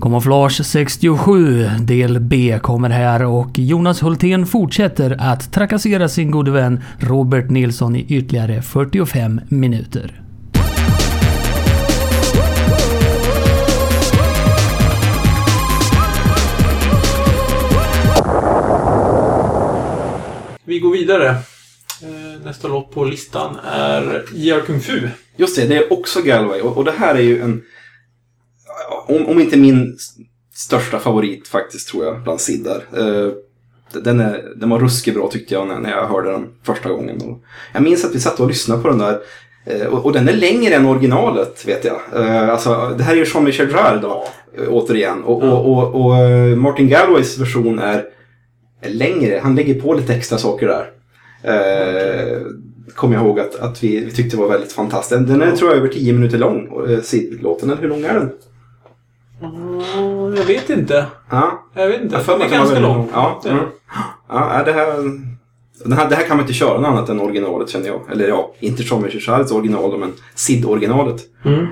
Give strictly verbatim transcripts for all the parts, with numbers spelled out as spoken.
Camouflage sextiosju del B kommer här och Jonas Hultén fortsätter att trakassera sin gode vän Robert Nilsson i ytterligare fyrtiofem minuter. Vi går vidare. Nästa låt på listan är J R Kung Fu. Just det, det är också Galway. Och, och det här är ju en... Om, om inte min största favorit faktiskt, tror jag, bland Sid där. Uh, den, är, den var ruskigt bra tyckte jag när, när jag hörde den första gången. Och jag minns att vi satt och lyssnade på den där. Uh, och, och den är längre än originalet, vet jag. Uh, alltså, det här är ju Jean-Michel Jarre då, uh, återigen. Och, mm. och, och, och uh, Martin Galways version är, är längre. Han lägger på lite extra saker där. Uh, kommer jag ihåg att, att vi, vi tyckte det var väldigt fantastiskt. Den är, tror jag, över tio minuter lång. Uh, Sid-låten, eller hur lång är den? Mm, jag vet inte. Ja. Jag vet inte. Den är ganska lång. lång. Ja. Mm. Ja, det här, det här det här kan man inte köra något annat än originalet, känner jag. Eller ja, inte Jean-Michel Jarres original, men Sid-originalet. Mm.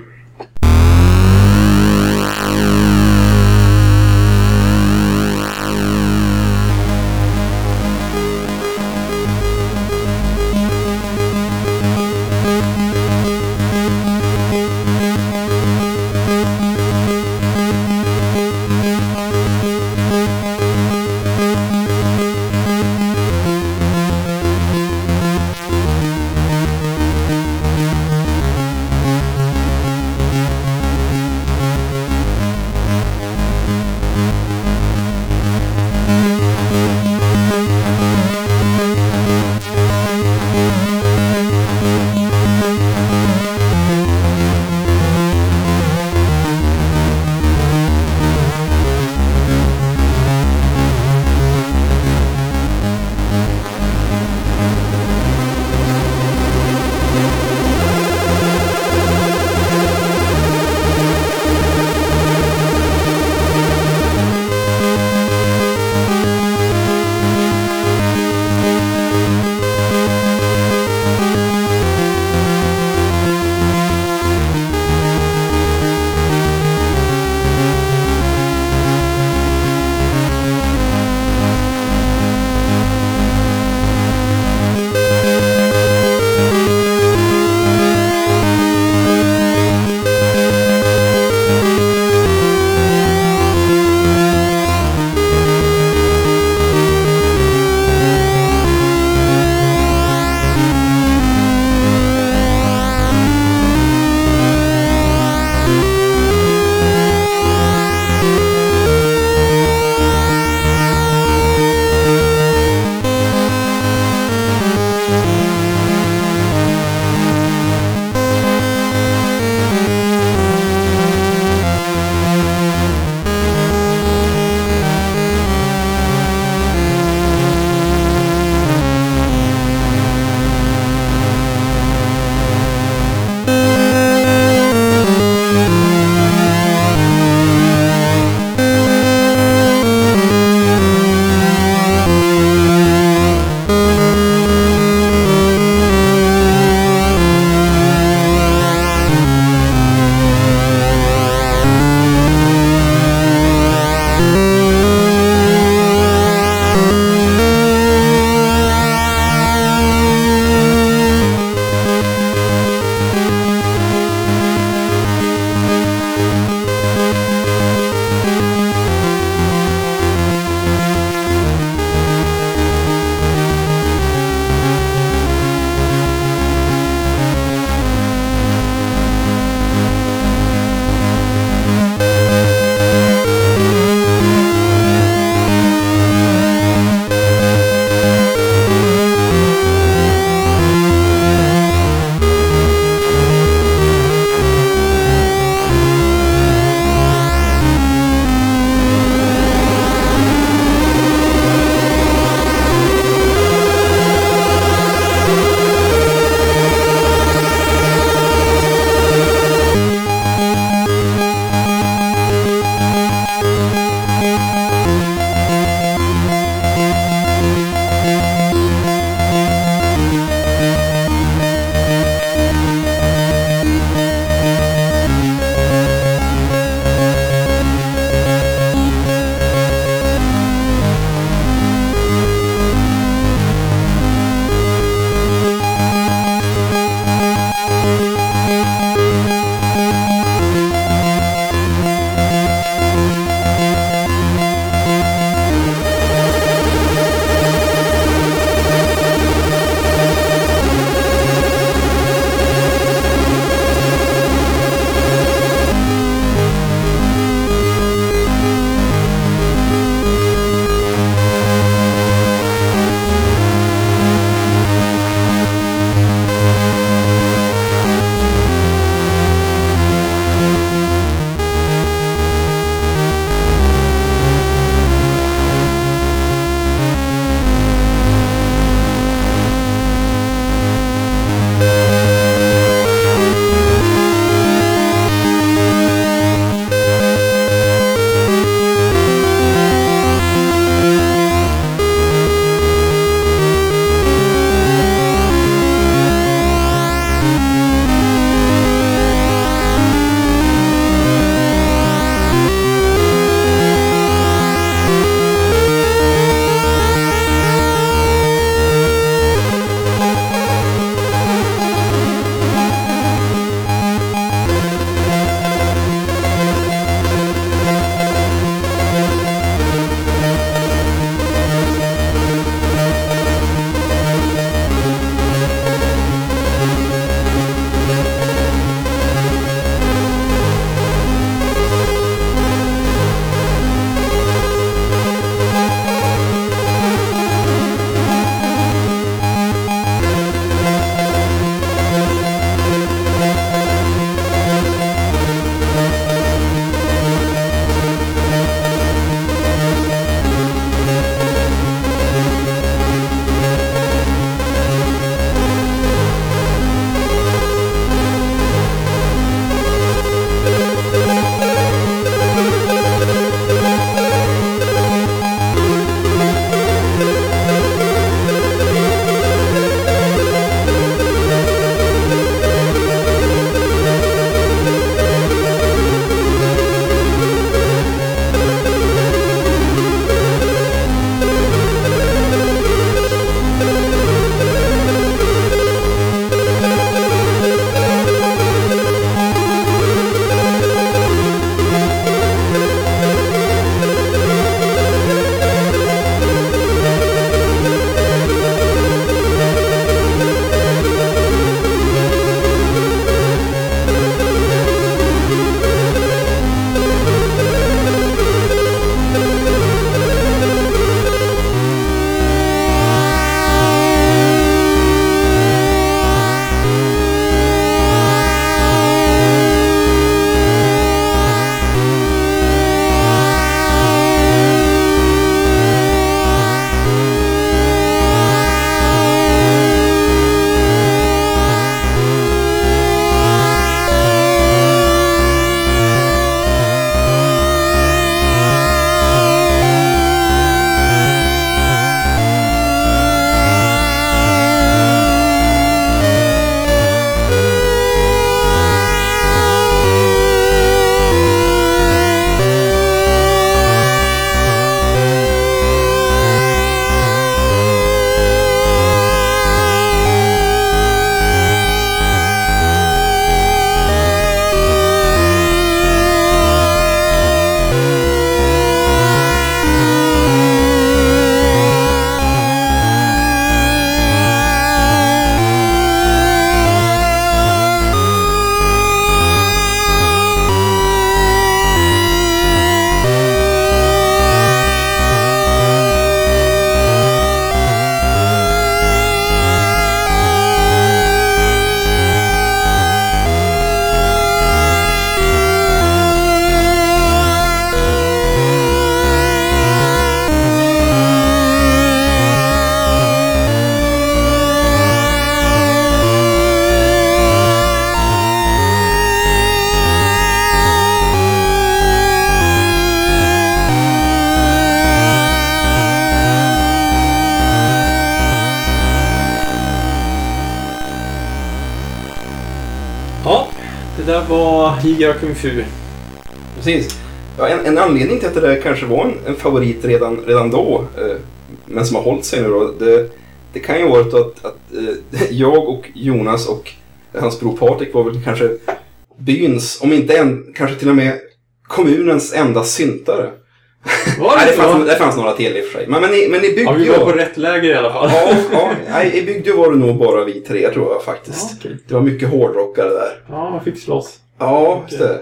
Higa Kung Fu. Precis. Ja, en, en anledning till att det där kanske var en, en favorit redan, redan då, eh, men som har hållit sig nu då, det, det kan ju vara att, att, att eh, jag och Jonas och hans bror Patrik var väl kanske byns, om inte en, kanske till och med kommunens enda syntare. Var det, nej, det, fanns, det fanns några till i och för sig. Men, men, ni, men ni byggde ja, vi var på rätt läger i alla fall. Ja, ja nej, i bygde var det nog bara vi tre tror jag faktiskt. Ja, okay. Det var mycket hårdrockare där. Ja, man fick slåss. Ja, just det.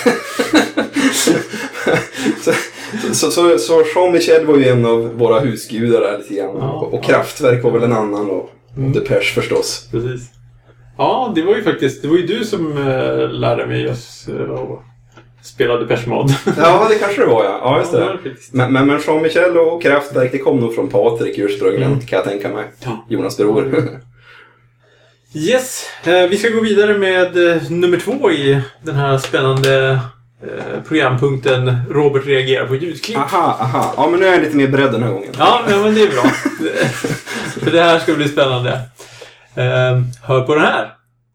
så, så, så, så Jean-Michel var ju en av våra husgudar där lite grann. Ja, och, och ja. Kraftwerk var väl en annan och, mm. och Depeche förstås. Precis. Ja, det var ju faktiskt, det var ju du som äh, lärde mig just äh, spela Depeche Mode. Ja, det kanske det var, ja. Ja, just det. Ja, det men, men, men Jean-Michel och Kraftwerk, det kom nog från Patrik ursprungligen, mm. kan jag tänka mig. Ja. Jonas bror. Mm. Yes, eh, vi ska gå vidare med eh, nummer två i den här spännande eh, programpunkten Robert reagerar på ljudklipp. Aha, aha. Ja, men nu är jag lite mer beredd den här gången. Ja, ja men det är bra. För det här ska bli spännande. Eh, hör på den här.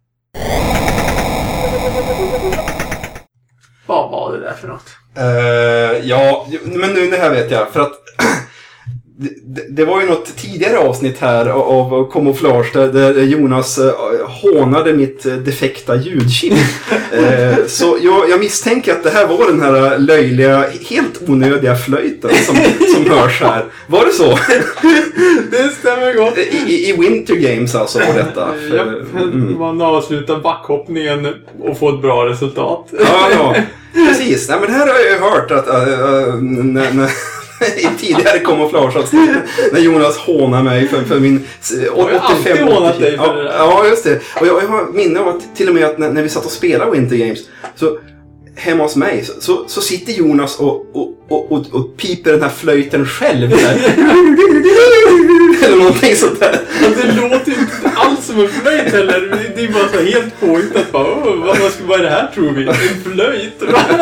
Vad var det där för något? Uh, ja, men nu det här vet jag. För att det, det var ju något tidigare avsnitt här av Camouflage där, där Jonas uh, hånade mitt defekta ljudchip. uh, så jag, jag misstänker att det här var den här löjliga, helt onödiga flöjten som, som hörs här. Var det så? Det stämmer gott. I, i Winter Games alltså var detta. För, ja, mm. Man avslutar backhoppningen och får ett bra resultat. Ja, ja. Precis. Nej, men det här har jag ju hört att uh, när, när, i tidigare Camouflage när Jonas hånar mig för, för min åttiofem Jag har hånat dig för ja, det där. Ja, just det. Och jag, jag har minne av att till och med att när, när vi satt och spelade Winter Games så hemma hos mig så, så, så sitter Jonas och, och, och, och, och piper den här flöjten själv där. Eller någonting sånt där. Alltså, det låter inte alls som en flöjt heller. Det är bara så helt påhittat. Bara, vad, vad, vad är det här tror vi? En flöjt?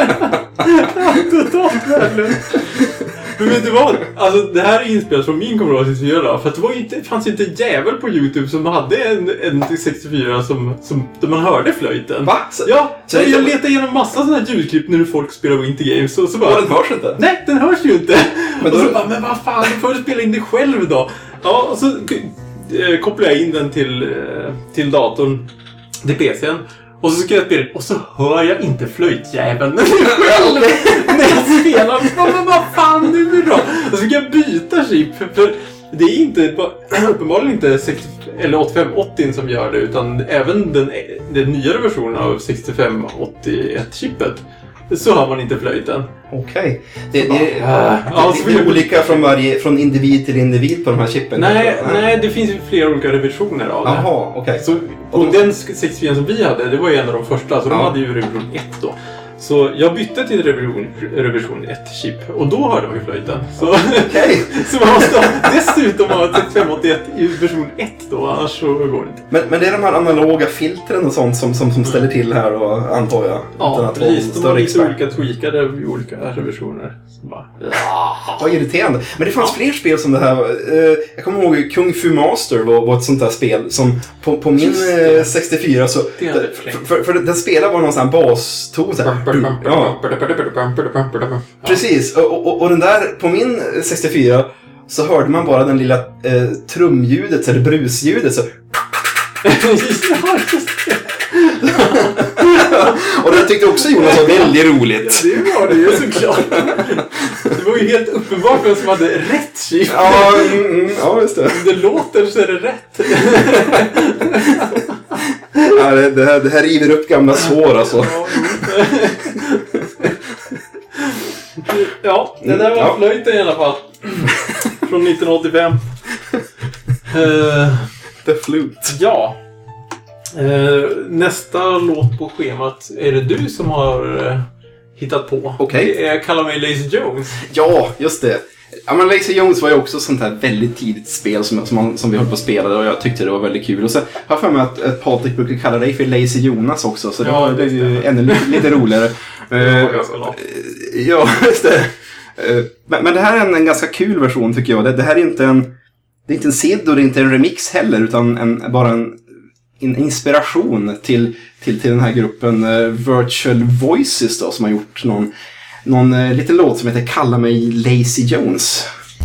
Totalt värdelöst. Men vet du vad? Alltså, det här är inspelat från min Commodore sextiofyra. För att det var inte, fanns inte en jävel på YouTube som hade en, en sextiofyra som, som, där man hörde flöjten. Va? Så, ja, så jag inte... letade igenom massa sådana här ljudklipp när folk spelar Winter Games. Så, så bara, ja, den hörs inte. Nej, den hörs ju inte. Men, då... och så bara, men vad fan, du får spela in det själv då. Ja, och så äh, kopplar jag in den till, äh, till datorn, till P C:n. Och så ska jag spela och så hör jag inte flöjtjäveln själv när jag spelar. Men vad fan, nu är det bra. Och så ska jag byta chip. För det är inte uppenbarligen inte sextio, eller åttiofem åttio som gör det. Utan även den, den nyare versionen av sextiofem åttioett-chippet. Så hör man inte flöjten. Okej. Det, det, det, ja, det, det är olika från, varje, från individ till individ på de här chippen. Nej, nej, det finns ju flera olika revisioner av det. Jaha, okej. Okay. Så och den sextiofyra som vi hade, det var ju en av de första. Så ja. De hade ju revision ett då. Så jag bytte till revision, revision ett-chip. Och då hörde man ju flöjten. Så, okay. Så man måste dessutom ha sextiofem åttioett i version ett då. Annars så går det inte. Men, men det är de här analoga filtren och sånt som, som, som ställer till här och antar jag. Ja, precis. De har lite olika tweakade i olika revisioner. Bara, ja. Vad irriterande. Men det fanns ja. fler spel som det här. Jag kommer ihåg Kung Fu Master var, var ett sånt där spel som på, på min sextiofyra så... För, för, för den spelar bara någon sån här baston så här. Ja. Precis, och, och, och den där på min sextiofyra så hörde man bara den lilla eh, trumljudet eller brusljudet så. Och det tyckte också Jonas var väldigt roligt. Ja, det var det ju såklart. Det var ju helt uppenbart vem som hade rätt chip. Ja, mm, ja just det. Om det låter så är det rätt. Ja, det, det, här, det här river upp gamla sår alltså. Ja, det där var ja. flöjten i alla fall. Från nittonhundraåttiofem. uh, The Flute. Ja. Uh, nästa låt på schemat är det du som har uh, hittat på. Okay. Det är Kalla mig Lazy Jones. Ja, just det. Ja, men Lazy Jones var ju också sånt här väldigt tidigt spel som, som, man, som vi höll på att spela och jag tyckte det var väldigt kul. Och så har jag för mig att, att Patrik brukar kalla dig för Lazy Jonas också, så det, ja, var, det är ju ännu lite, lite roligare. uh, ja, just det. Uh, men, men det här är en, en ganska kul version tycker jag. Det, det här är inte en, det är inte en sid och det är inte en remix heller, utan en, bara en, en inspiration till, till, till den här gruppen uh, Virtual Voices då, som har gjort någon, någon uh, liten låt som heter Kalla mig Lazy Jones.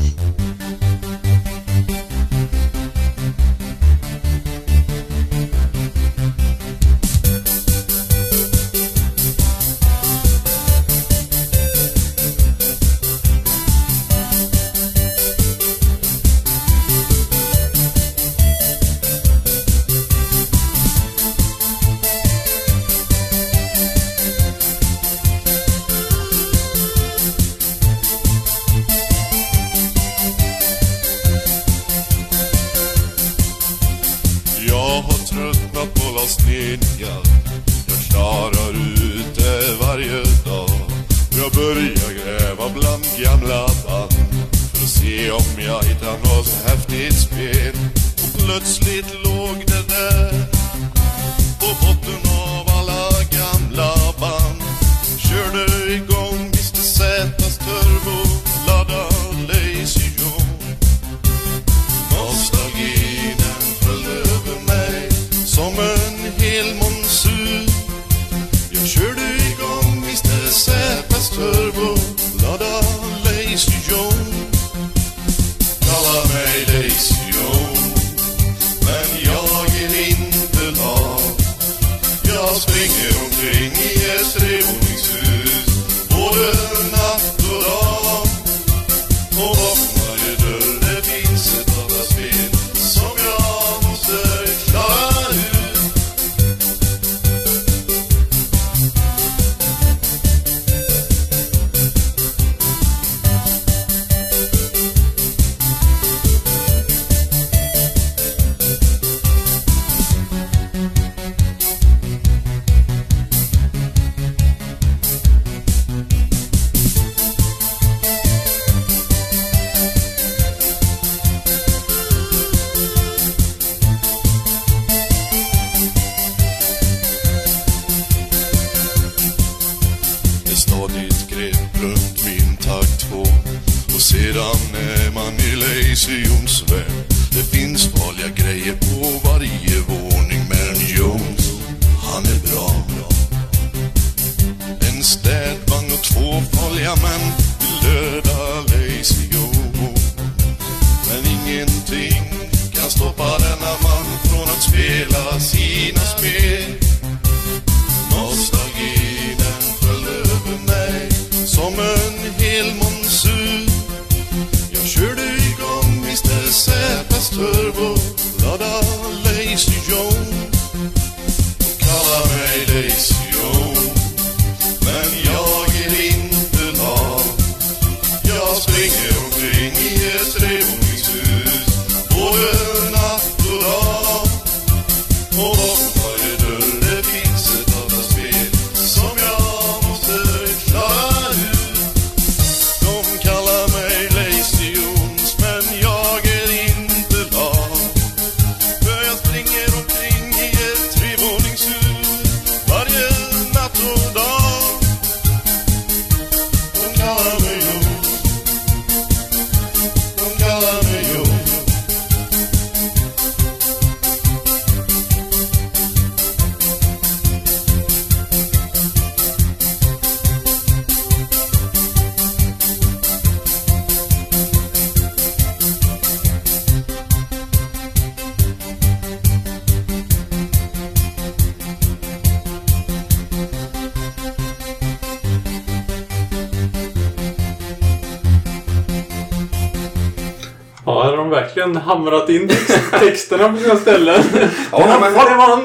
Ja, har de verkligen hamrat in texterna på sina ställen? Ja, man,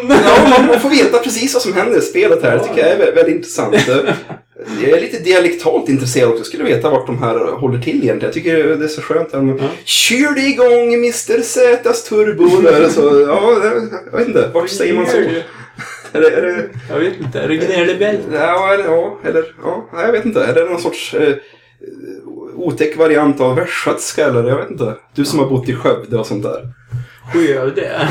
ja, man får veta precis vad som händer i spelet här. Det tycker jag är väldigt, väldigt intressant. Jag är lite dialektalt intresserad också. Jag skulle veta vart de här håller till egentligen. Jag tycker det är så skönt. Ja. Kör det igång mister Z's turbo. Eller så. Ja, jag vet inte. Vart säger man så? Är det, är det... Jag vet inte. Är det gnällebäll? Ja, eller, ja, eller ja, jag vet inte. Är det någon sorts eh, otäck variant av västgötska eller jag vet inte. Du som har bott i Skövde och sånt där. Skövde?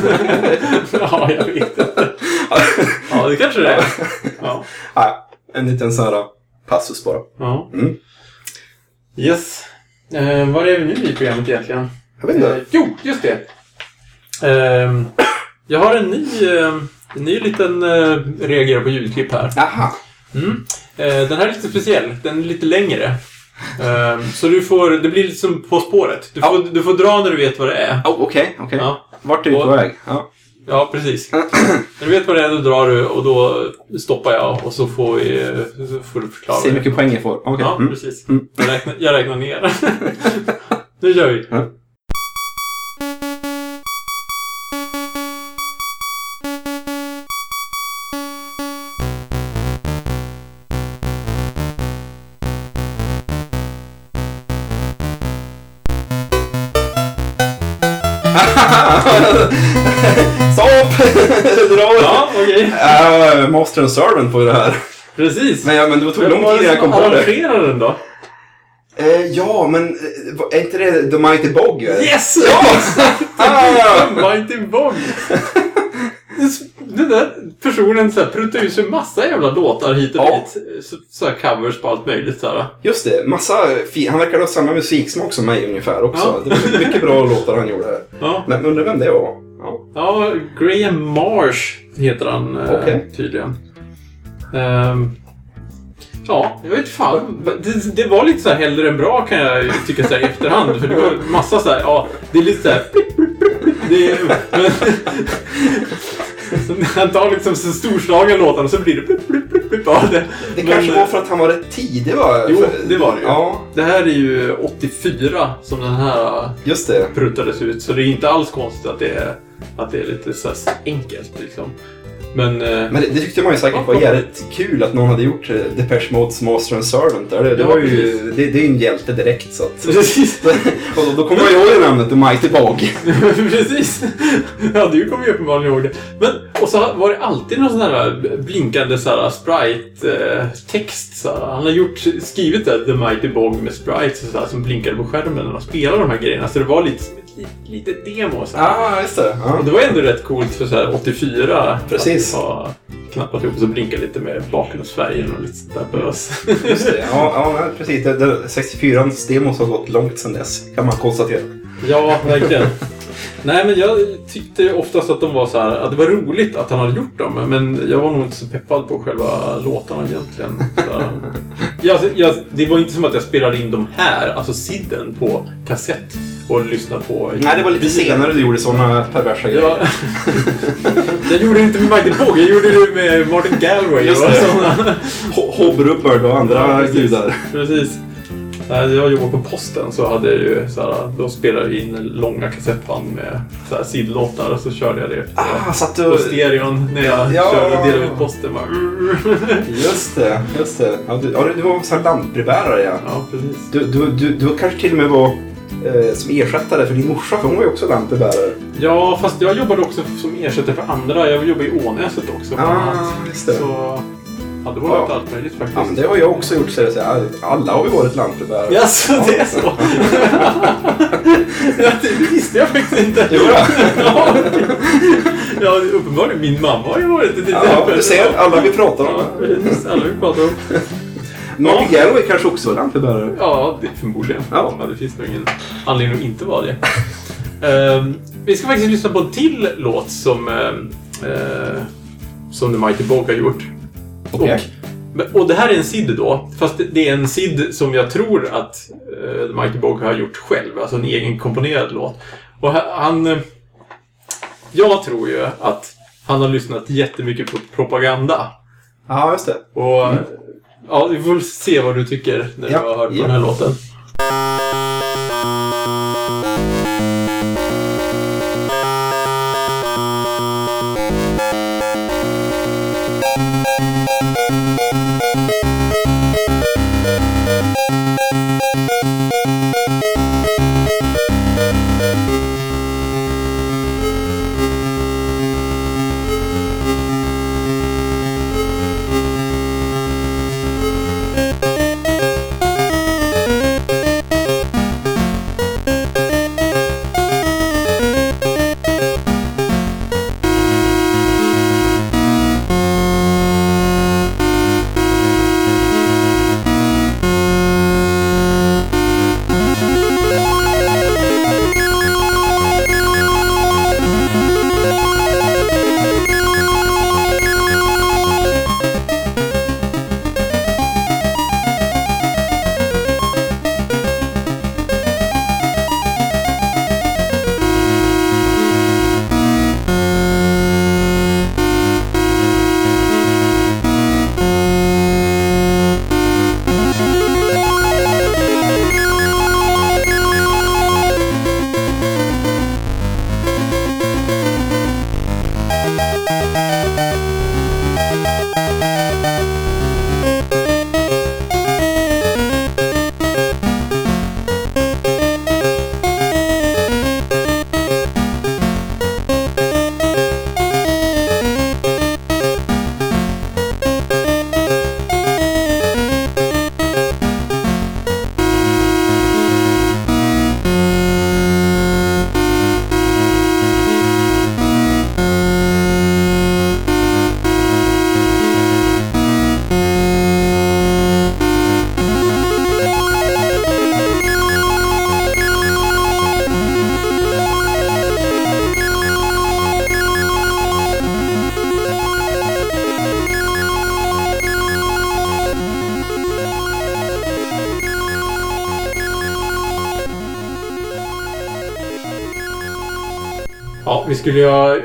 Ja, jag vet inte. Ja, det kanske det är. Ja. Ja, en liten sån här passus bara. Ja. Mm. Yes. Eh, var är vi nu i programmet egentligen? Jag vet inte. Eh, jo, just det. Eh, Jag har en ny, en ny liten uh, reagera på ljudklipp här. Aha. Mm. Uh, den här är lite speciell. Den är lite längre. Uh, så du får, det blir lite som På spåret. Du får, oh. du får dra när du vet vad det är. Okej, oh, okej. Okay, okay. Ja. Vart är du på väg? Ja. Ja, precis. När du vet vad det är, då drar du och då stoppar jag och så får, vi, så får du förklara. Se hur mycket poäng jag får. Okay. Ja, mm. precis. Mm. Jag, räknar, jag räknar ner. Nu kör vi. Mm. Stopp! Ja, okej. Okay. Uh, Master and Servant på det här. Precis. Men, ja, men det tog lång tid innan jag kom på det. Arrangerade den då? Uh, ja, men uh, är inte det The Mighty Bog? Yes! Ja! The Mighty Bog! Den där personen så här pruttar ut sig massa jävla låtar hit och ja. dit. Så, så här covers på allt möjligt. Så här. Just det, massa fi- han verkar ha samma musiksmak som mig ungefär också. Ja. Det var mycket bra låtar han gjorde. Ja. Men undrar vem det var? Ja, ja Graham Marsh heter han okay. eh, tydligen. Um, ja, jag vet fan. Det, det var lite så här hellre än bra kan jag tycka så här i efterhand. För det var massa så här, ja, det är lite så här... Det är... Men, han tar liksom så storslagen låten och så blir det plupp, plupp, plupp, plupp av det. Det men, kanske var för att han var rätt tidig, va? Jo, det var det ju. Ja. Det här är ju åttiofyra som den här Just det. pruttades ut. Så det är inte alls konstigt att det är, att det är lite så här enkelt liksom. Men, men det, det tyckte man ju säkert var jävligt kul att någon hade gjort Depeche Mode's Master and Servant där. Det, det, ja, var ju, det, det är ju en hjälte direkt så att, precis. Och då, då kommer jag ihåg namnet The Mighty Bog. Precis. Ja, du kommer ju uppenbarligen ihåg det. Men, och så var det alltid någon sån här blinkande så här, sprite-text. Så här. Han har gjort, skrivit det, The Mighty Bog med sprites så här, som blinkade på skärmen när de spelade de här grejerna. Så det var lite lite demo så här. Ja, just det. Ja. Och det var ändå rätt coolt för så här åttiofyra. Precis. Att ha knappat ihop och så blinka lite med bakgrundsfärgen och lite sånt där bös. Just det. Ja, ja precis. Det, det, sextiofyrans demos har gått långt sedan dess, kan man konstatera. Ja, verkligen. Nej, men jag tyckte oftast att de var så här, att det var roligt att han hade gjort dem, men jag var nog inte så peppad på själva låtarna egentligen. Så, jag, jag, det var inte som att jag spelade in de här, alltså sidden på kassett och lyssnade på. Nej, det var lite bilen. Senare du gjorde sådana perversa grejer. Ja. Jag gjorde det inte med Michael Bog, jag gjorde det med Martin Galway och sådana. Hobruppard och andra ja, precis, gudar. Precis. När jag jobbade på posten så hade jag ju såhär, då spelade jag in långa kassettband med såhär sidlåtar och så körde jag det ah, satt du... på stereon när jag ja. körde och delade ut posten. Just det, just det. Ja, du, ja, du var såhär lantbrevbärare, ja. Ja, precis. Du, du, du, du kanske till och med var eh, som ersättare för din morsa, för hon var ju också lantbrevbärare. Ja, fast jag jobbade också som ersättare för andra. Jag jobbade i Ånäset också. Ja, ah, just det. Så... Ja, det var ja. allt möjligt faktiskt. Ja, men det har jag också gjort, så att säga. Alla har vi varit lantbrevbärare. Ja, så det är så. Ja, det visste jag faktiskt inte. Jo då. Ja, uppenbarligen. Min mamma har ju varit det. Ja, du ser. Alla vi pratar om. Ja, precis. Alla vi pratar om. Martin ja. Galway kanske också var lantbrevbärare. Ja, det, förmodligen. Ja. Ja, det finns nog ingen anledning att inte vara det. um, vi ska faktiskt lyssna på en till låt som, uh, uh, som The Mighty Bog har gjort. Okay. Och, och det här är en sid då, fast det är en sid som jag tror att uh, The Mighty Bog har gjort själv, alltså en egen komponerad låt. Och han, uh, jag tror ju att han har lyssnat jättemycket på propaganda. Ja, just det. Och mm. ja, vi får se vad du tycker när ja. du har hört på ja. den här låten. Ja, vi skulle ju ha...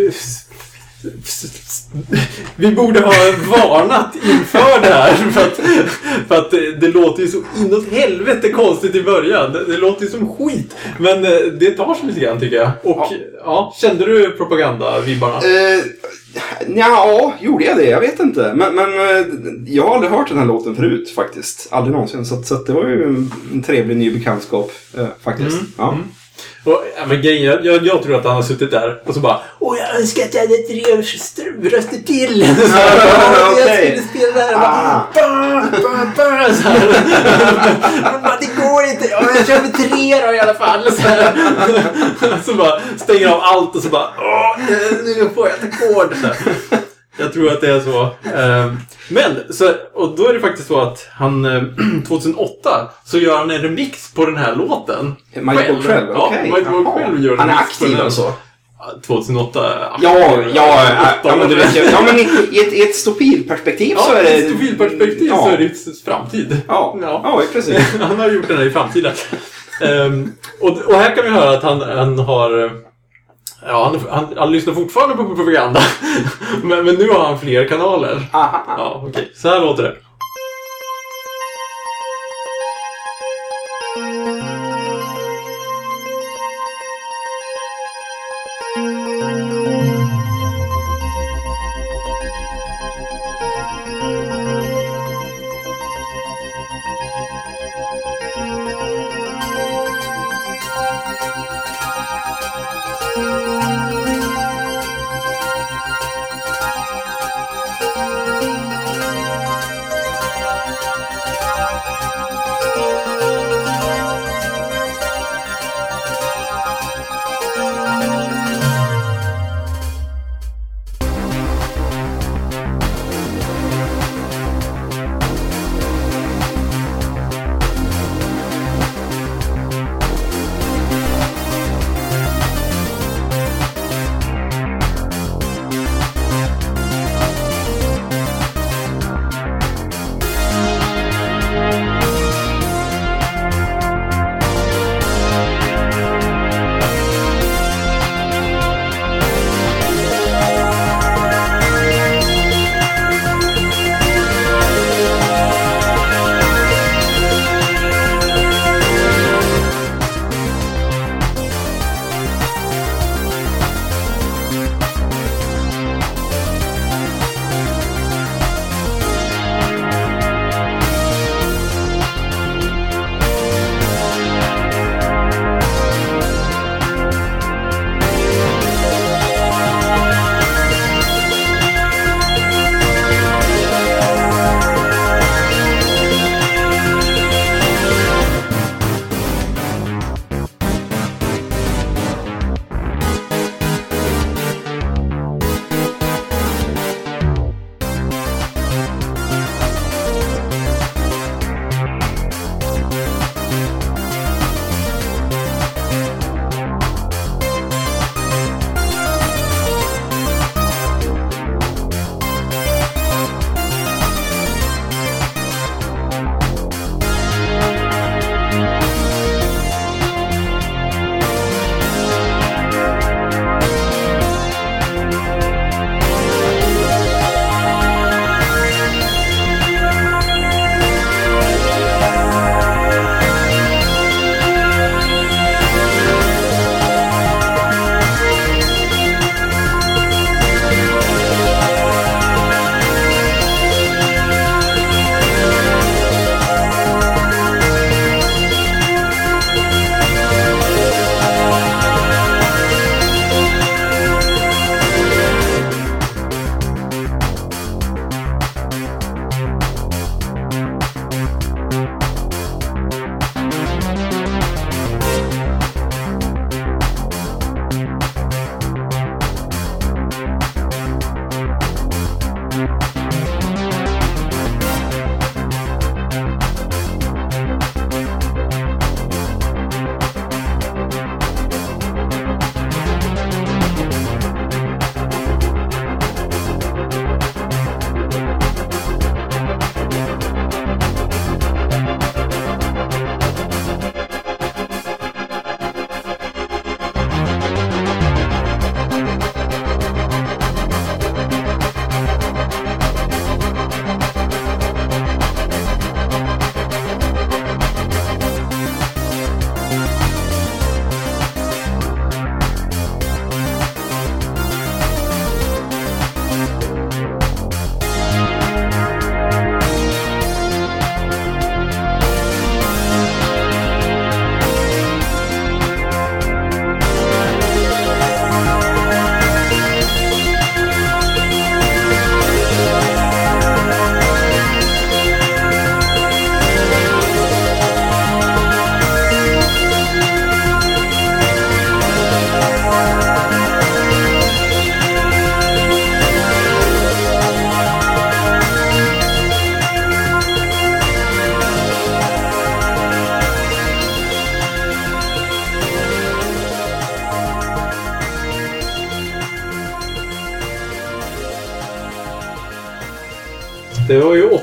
Vi borde ha varnat inför det här för att, för att det, det låter ju så inåt helvete konstigt i början. Det, det låter ju som skit. Men det tar sig lite grann tycker jag. Och ja, ja kände du propaganda-vibbarna? Uh, ja, gjorde jag det? Jag vet inte. Men, men uh, jag har aldrig hört den här låten förut faktiskt. Aldrig någonsin. Så, så det var ju en trevlig ny bekantskap uh, faktiskt. Mm, ja. Mm. Och, ja, men grejen, jag, jag, jag tror att han har suttit där och så bara åh, jag önskar att jag hade tre röster till. Så här, ah, okay. Jag skulle spela där och bara, ah. bah, bah, bah, så här. Men bara, det går inte. Ja, jag kör med tre då i alla fall. Så, här. Så bara stänger av allt och så bara åh, nu får jag ett ackord. Jag tror att det är så. Men, så, och då är det faktiskt så att han tjugohundraåtta så gör han en remix på den här låten. Michael själv? Ja, okay. Michael själv gör en han är aktiv alltså? tjugohundraåtta Ja, ja, ja, ja, men du vet ju, ja, men i, i ett, i ett stopilperspektiv ja, så är det... i ett stopilperspektiv ja. Så är det framtid. Ja, ja. ja precis. Han har gjort den här i framtiden. um, och, och här kan vi höra att han, han har... Ja, han, han, han lyssnar fortfarande på propaganda. men, men nu har han fler kanaler. Aha. Ja, okej. Okay. Så här låter det.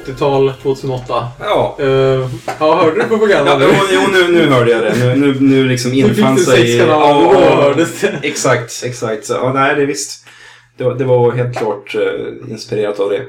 åttiotal, tjugohundraåtta. Ja. Uh, ja, hörde du propagandan? Ja, jo, nu, nu hörde jag det. Nu, nu, nu liksom infann sig... Ja, ja, exakt, exakt. Så, ja, nej, det är visst. Det var, det var helt klart uh, inspirerat av det.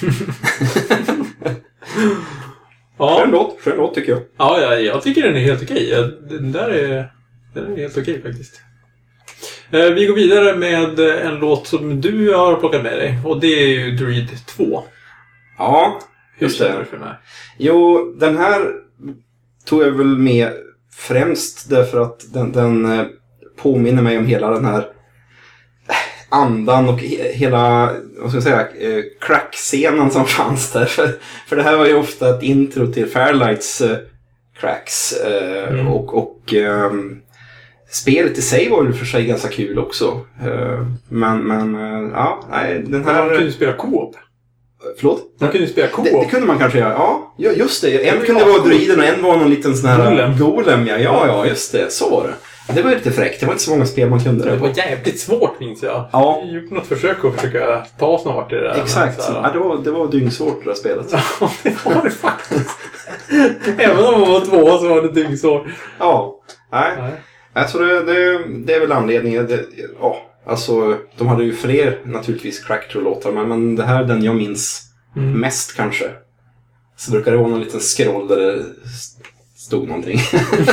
Ja. Skön låt, skön låt tycker jag. Ja, jag, jag tycker den är helt okej. Den där är, den är helt okej faktiskt. Eh, vi går vidare med en låt som du har plockat med dig. Och det är ju Dread två. Ja, just det. Hur för den här? Jo, den här tog jag väl med främst därför att den, den påminner mig om hela den här andan och he- hela, vad ska jag säga, eh, crack-scenen som fanns där. För, för det här var ju ofta ett intro till Fairlights eh, cracks. Eh, mm. Och, och eh, spelet i sig var ju för sig ganska kul också. Eh, men, men eh, ja, nej, den här... Man kunde ju spela co-op. Förlåt? Man kunde ju spela co-op. Det, det kunde man kanske göra, ja. Ja, just det. En kunde vara druiden och en var någon liten sån här... Golem. Golem, ja. Ja, ja, just det. Så var det. Det var lite fräckt. Det var inte så många spel man kunde. Det var jävligt svårt, minns jag. Ja. Jag gjorde något försök att försöka ta oss någon vart i det där. Exakt. Så, ja, det var, det var dyngsvårt det där spelet. Ja, det var det faktiskt. Även om man var två så var det dyngsvårt. Ja. Nej. Nej. Alltså det, det, det är väl anledningen. Det, ja, alltså de hade ju fler naturligtvis Cracktrue-låtar. Men, men det här är den jag minns mm. mest kanske. Så brukar det vara någon liten scroll där det stod någonting.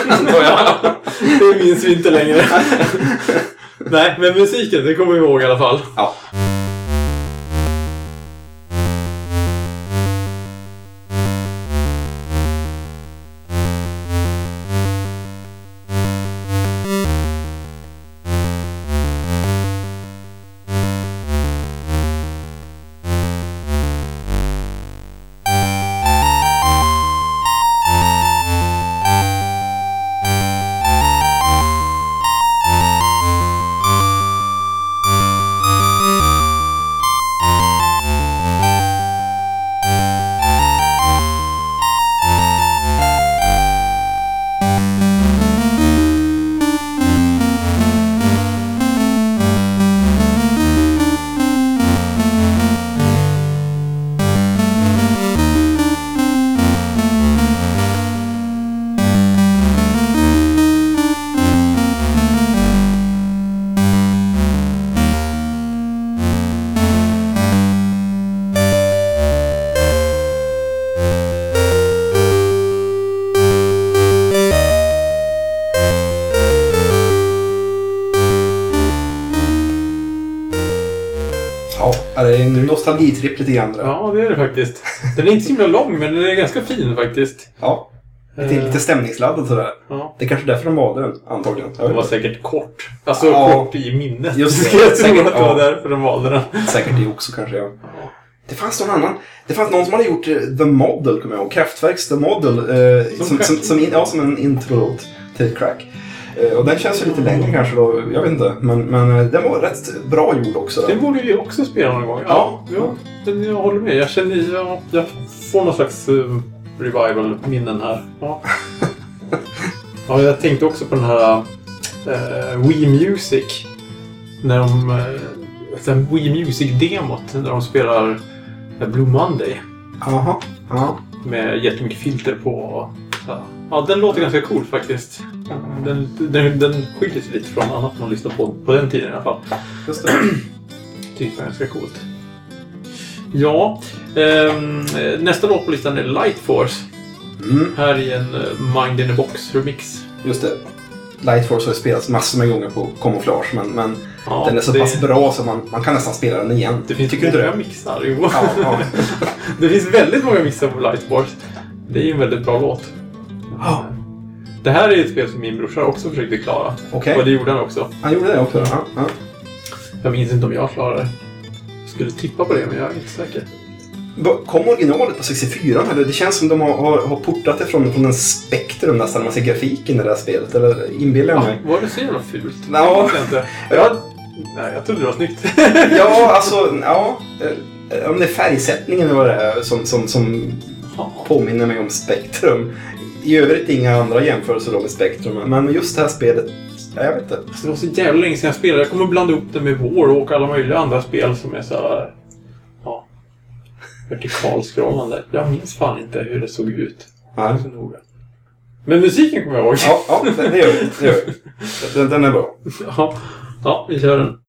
Det minns vi inte längre. Nej, men musiken, det kommer vi ihåg i alla fall. Ja. Ja, det är en nostalgitripp lite grann. Ja, det är det faktiskt. Den är inte så himla lång, men den är ganska fin faktiskt. Ja, lite, uh, lite stämningsladdad sådär. Ja. Det är kanske därför de valde den, antagligen. Den var säkert kort. Alltså ja. kort i minnet. Just det. Jag tror att det var därför de valde den. Säkert det också kanske, ja. ja. Det fanns någon annan. Det fanns någon som hade gjort The Model, kommer jag ihåg. Kraftwerks The Model. Eh, som, som, som, som, in, ja, som en intro till Crack. Och den känns ju lite längre kanske då, jag vet inte. Men, men den var rätt bra gjord också. Den borde vi också spela någon gång. Ja, ja. ja jag håller med. Jag känner, jag, jag får någon slags uh, revival-minnen här. Ja. Ja, jag tänkte också på den här uh, Wii Music. När de, uh, Wii Music-demot, när de spelar uh, Blue Monday. Jaha, ja. Med jättemycket filter på... Ja. Ja, den låter ganska cool faktiskt. Den, den, den skiljer sig lite från annat man lyssnar på på den tiden i alla fall. Just det. Tycker jag är ganska coolt. Ja, eh, nästa låt på listan är Light Force. Mm. Här i en Mind in a Box remix. Just det. Light Force har spelats massor med gånger på Camouflage, men, men ja, den är så det... pass bra så man, man kan nästan spela den igen. Det finns Tycker många du mixar. Jo. Ja, ja. Det finns väldigt många mixar på Light Force. Det är ju en väldigt bra låt. Oh. Det här är ett spel som min brorsa också försökte klara. Okay. Och det gjorde han också. Han gjorde det också? Ja, ja. Jag minns inte om jag klarade det. Jag skulle tippa på det, men jag är inte säker. Kom originalet på sextiofyra? Eller? Det känns som de har, har, har portat det från, från en Spektrum nästan när man ser grafiken i det här spelet. Eller inbillar jag mig? Ja, var det så jävla fult? Ja. Jag inte. Jag, nej, jag trodde det var snyggt. Ja, alltså, ja. Om det är färgsättningen eller vad det är som, som, som påminner mig om Spektrum. I övrigt inga andra jämförelser då med Spektrum. Men just det här spelet, jag vet inte. Det var så jävla länge sedan jag spelade. Jag kommer blanda upp det med War och alla möjliga andra spel som är så här... Ja. vertikalskrollande. Jag minns fan inte hur det såg ut. Nej. Så noga. Men musiken kommer jag ihåg. Ja, ja det, det gör vi. Det gör vi. Den, den är bra. Ja, ja, vi kör den.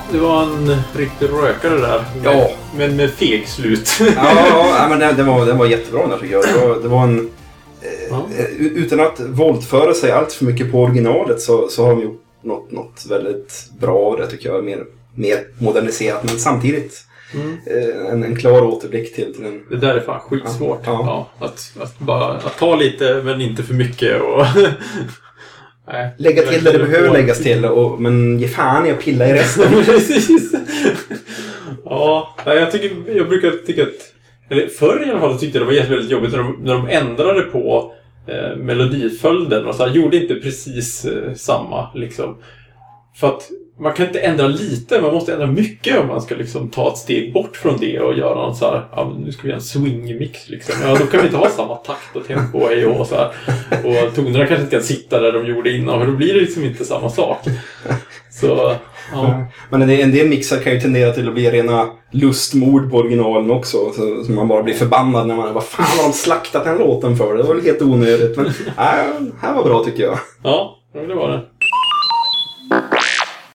det var en riktig rökare där. Med, ja. Men med feg slut. ja, ja, men det, det, var, det var jättebra där tycker jag. Det var, det var en... Eh, ja. Utan att våldföra sig allt för mycket på originalet så, så har de gjort något, något väldigt bra av det tycker jag. Mer, mer moderniserat men samtidigt mm. eh, en, en klar återblick till, till en... Det där är fan skitsvårt. Ja. Ja, att, att, bara, att ta lite men inte för mycket och... Nej, lägga till där det behöver läggas till och, men ge fan i att pilla i resten. Precis. Ja, jag, tycker, jag brukar tycka att... Eller förr i alla fall tyckte jag det var jätteväldigt jobbigt när de, när de ändrade på eh, melodiföljden och så här, gjorde inte precis eh, samma liksom. För att man kan inte ändra lite, man måste ändra mycket om man ska liksom ta ett steg bort från det och göra något så här, ja, nu ska vi göra en swing-mix liksom. Ja, då kan vi inte ha samma takt och tempo och, och så här. Och tonerna kanske inte kan sitta där de gjorde innan, för då blir det liksom inte samma sak. Så, ja. Men en del mixar kan ju tendera till att bli rena lustmord på originalen också. Så, så man bara blir förbannad när man, vad fan har de slaktat den låten för? Det var väl helt onödigt, men äh, här var bra tycker jag. Ja, det var det.